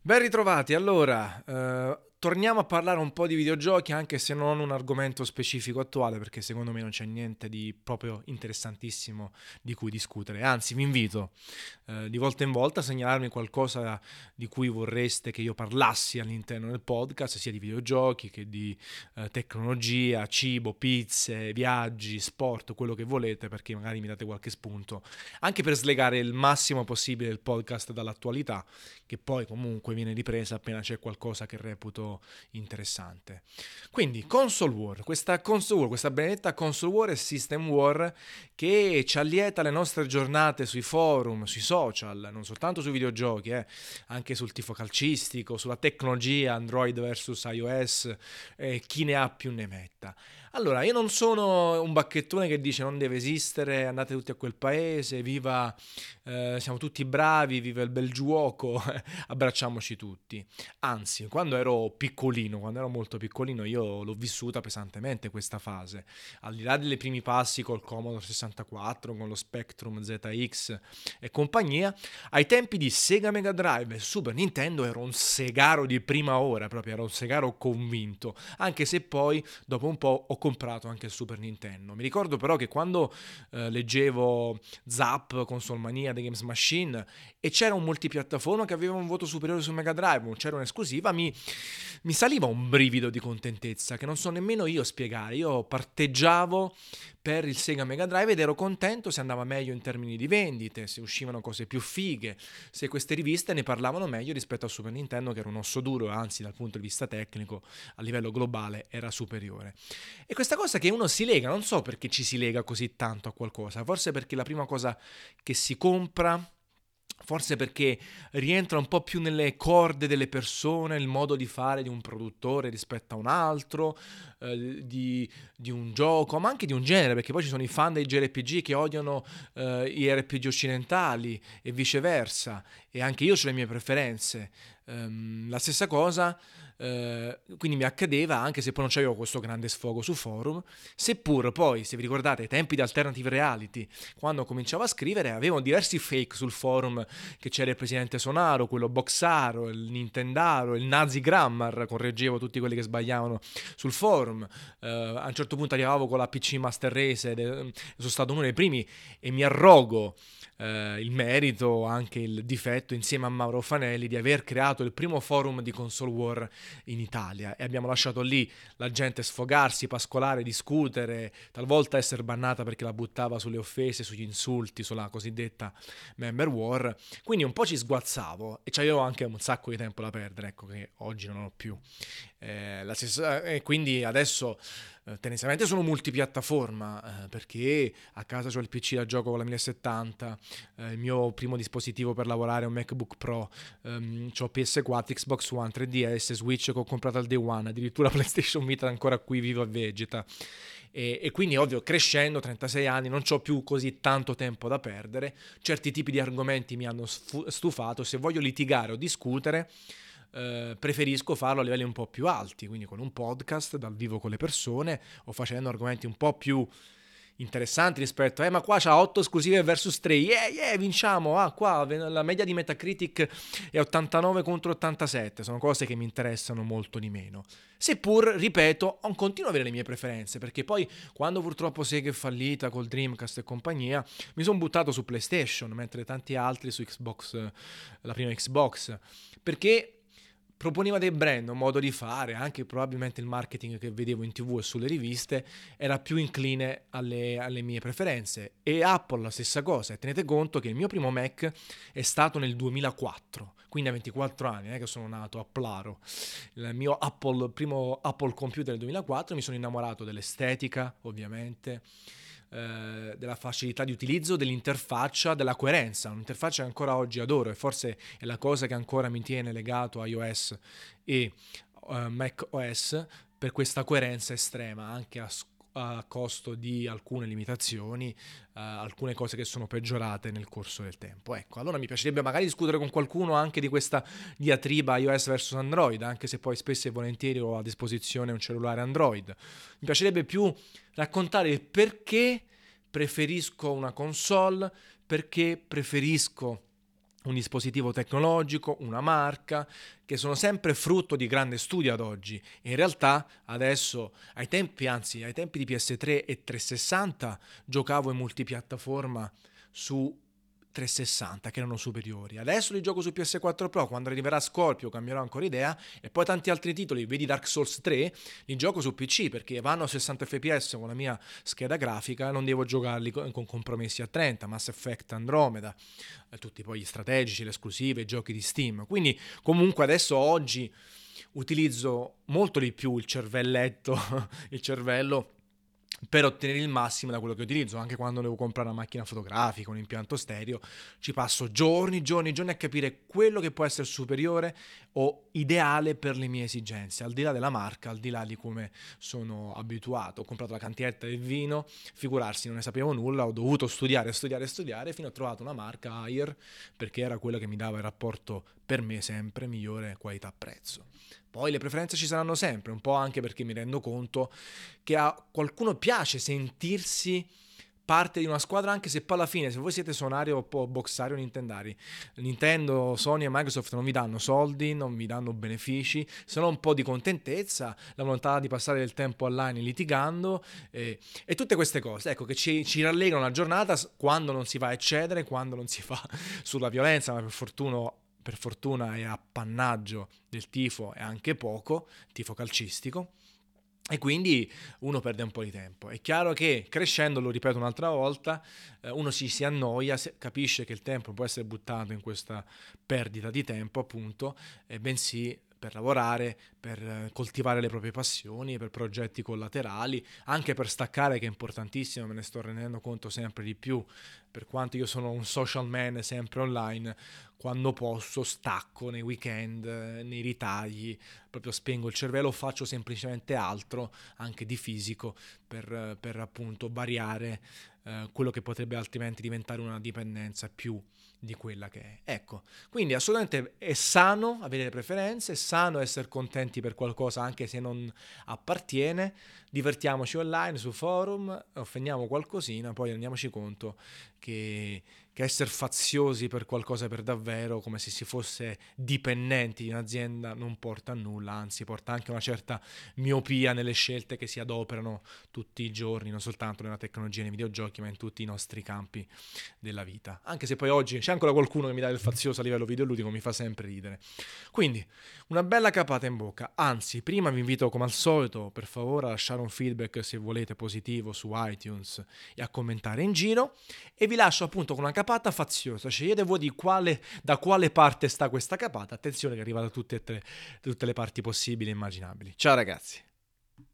Ben ritrovati, allora, torniamo a parlare un po' di videogiochi anche se non un argomento specifico attuale perché secondo me non c'è niente di proprio interessantissimo di cui discutere, anzi vi invito di volta in volta a segnalarmi qualcosa di cui vorreste che io parlassi all'interno del podcast, sia di videogiochi che di tecnologia, cibo, pizze, viaggi, sport, quello che volete perché magari mi date qualche spunto, anche per slegare il massimo possibile il podcast dall'attualità che poi comunque viene ripresa appena c'è qualcosa che reputo interessante. Quindi console war, questa benedetta console war e system war che ci allieta le nostre giornate sui forum, sui social, non soltanto sui videogiochi, anche sul tifo calcistico, sulla tecnologia, Android versus iOS, chi ne ha più ne metta. Allora, io non sono un bacchettone che dice non deve esistere, andate tutti a quel paese, viva, siamo tutti bravi, viva il bel giuoco, abbracciamoci tutti. Anzi, quando ero molto piccolino, io l'ho vissuta pesantemente questa fase. Al di là dei primi passi col Commodore 64, con lo Spectrum ZX e compagnia, ai tempi di Sega Mega Drive e Super Nintendo ero un segaro di prima ora, proprio ero un segaro convinto, anche se poi dopo un po' ho comprato anche il Super Nintendo. Mi ricordo però che quando leggevo Zap, Console Mania, The Games Machine e c'era un multipiattaforma che aveva un voto superiore su Mega Drive, non c'era un'esclusiva, mi saliva un brivido di contentezza che non so nemmeno io spiegare. Io parteggiavo per il Sega Mega Drive ed ero contento se andava meglio in termini di vendite, se uscivano cose più fighe, se queste riviste ne parlavano meglio rispetto al Super Nintendo che era un osso duro, anzi dal punto di vista tecnico a livello globale era superiore. E questa cosa che uno si lega, non so perché ci si lega così tanto a qualcosa, forse perché la prima cosa che si compra, forse perché rientra un po' più nelle corde delle persone, il modo di fare di un produttore rispetto a un altro, di un gioco, ma anche di un genere, perché poi ci sono i fan dei JRPG che odiano i RPG occidentali e viceversa, e anche io ho le mie preferenze. La stessa cosa, quindi mi accadeva, anche se poi non c'avevo questo grande sfogo su forum, seppur poi, se vi ricordate, ai tempi di Alternative Reality, quando cominciavo a scrivere, avevo diversi fake sul forum, che c'era il presidente Sonaro, quello Boxaro, il Nintendaro, il Nazi Grammar, correggevo tutti quelli che sbagliavano sul forum. A un certo punto arrivavo con la PC Master Race, sono stato uno dei primi e mi arrogo il merito, anche il difetto, insieme a Mauro Fanelli, di aver creato il primo forum di console war in Italia e abbiamo lasciato lì la gente sfogarsi, pascolare, discutere, talvolta essere bannata perché la buttava sulle offese, sugli insulti, sulla cosiddetta member war. Quindi un po' ci sguazzavo e c'avevo anche un sacco di tempo da perdere, ecco, che oggi non ho più. E quindi adesso tendenzialmente sono multipiattaforma perché a casa ho il PC da gioco con la 1070, il mio primo dispositivo per lavorare è un MacBook Pro, ho PS4, Xbox One, 3DS, Switch che ho comprato al day one, addirittura PlayStation Vita ancora qui vivo e vegeta. E quindi ovvio crescendo 36 anni non ho più così tanto tempo da perdere, certi tipi di argomenti mi hanno stufato, se voglio litigare o discutere preferisco farlo a livelli un po' più alti, quindi con un podcast dal vivo con le persone o facendo argomenti un po' più interessanti rispetto ma qua c'ha 8 esclusive versus 3, vinciamo, qua la media di Metacritic è 89 contro 87, sono cose che mi interessano molto di meno, seppur, ripeto, continuo ad avere le mie preferenze, perché poi quando purtroppo Sega è fallita col Dreamcast e compagnia, mi sono buttato su PlayStation, mentre tanti altri su Xbox, la prima Xbox, perché proponeva dei brand, un modo di fare, anche probabilmente il marketing che vedevo in TV e sulle riviste era più incline alle mie preferenze. E Apple la stessa cosa, e tenete conto che il mio primo Mac è stato nel 2004, quindi a 24 anni, non è che sono nato a Plaro. Il primo Apple computer nel 2004, mi sono innamorato dell'estetica, ovviamente, della facilità di utilizzo, dell'interfaccia, della coerenza, un'interfaccia che ancora oggi adoro e forse è la cosa che ancora mi tiene legato a iOS e Mac OS, per questa coerenza estrema, anche a costo di alcune limitazioni, alcune cose che sono peggiorate nel corso del tempo. Ecco, allora mi piacerebbe magari discutere con qualcuno anche di questa diatriba iOS versus Android, anche se poi spesso e volentieri ho a disposizione un cellulare Android. Mi piacerebbe più raccontare il perché preferisco una console, perché preferisco un dispositivo tecnologico, una marca, che sono sempre frutto di grande studio ad oggi. E in realtà adesso, ai tempi di PS3 e 360, giocavo in multipiattaforma su 360 che erano superiori. Adesso li gioco su PS4 Pro, quando arriverà Scorpio cambierò ancora idea, e poi tanti altri titoli, vedi Dark Souls 3, li gioco su PC perché vanno a 60 fps con la mia scheda grafica, non devo giocarli con compromessi a 30, Mass Effect Andromeda, tutti poi gli strategici, le esclusive, i giochi di Steam. Quindi comunque adesso oggi utilizzo molto di più il cervelletto, il cervello, per ottenere il massimo da quello che utilizzo. Anche quando devo comprare una macchina fotografica, un impianto stereo, ci passo giorni a capire quello che può essere superiore o ideale per le mie esigenze, al di là della marca, al di là di come sono abituato. Ho comprato la cantietta del vino, figurarsi, non ne sapevo nulla, ho dovuto studiare fino a trovare una marca Haier, perché era quella che mi dava il rapporto per me sempre migliore qualità-prezzo. Poi le preferenze ci saranno sempre, un po' anche perché mi rendo conto che a qualcuno piace sentirsi parte di una squadra, anche se poi alla fine, se voi siete sonari o boxari o nintendari, Nintendo, Sony e Microsoft non vi danno soldi, non vi danno benefici, se no un po' di contentezza, la volontà di passare del tempo online litigando, e tutte queste cose, ecco, che ci rallegrano la giornata quando non si va a eccedere, quando non si va sulla violenza, ma per fortuna è appannaggio del tifo e anche poco, tifo calcistico, e quindi uno perde un po' di tempo. È chiaro che crescendo, lo ripeto un'altra volta, uno si annoia, capisce che il tempo può essere buttato in questa perdita di tempo, appunto, bensì per lavorare, per coltivare le proprie passioni, per progetti collaterali, anche per staccare, che è importantissimo, me ne sto rendendo conto sempre di più, per quanto io sono un social man sempre online, quando posso stacco nei weekend, nei ritagli, proprio spengo il cervello, faccio semplicemente altro, anche di fisico, per appunto variare quello che potrebbe altrimenti diventare una dipendenza più di quella che è. Ecco, quindi assolutamente è sano avere le preferenze, è sano essere contenti per qualcosa anche se non appartiene, divertiamoci online su forum, offendiamo qualcosina, poi rendiamoci conto che essere faziosi per qualcosa per davvero, come se si fosse dipendenti di un'azienda, non porta a nulla, anzi porta anche a una certa miopia nelle scelte che si adoperano tutti i giorni, non soltanto nella tecnologia e nei videogiochi, ma in tutti i nostri campi della vita. Anche se poi oggi c'è ancora qualcuno che mi dà del fazioso a livello videoludico, mi fa sempre ridere. Quindi, una bella capata in bocca. Anzi, prima vi invito come al solito, per favore, a lasciare un feedback se volete positivo su iTunes e a commentare in giro, e vi lascio appunto con una capata faziosa. Scegliete voi da quale parte sta questa capata. Attenzione che arriva da tutte le parti possibili e immaginabili. Ciao ragazzi.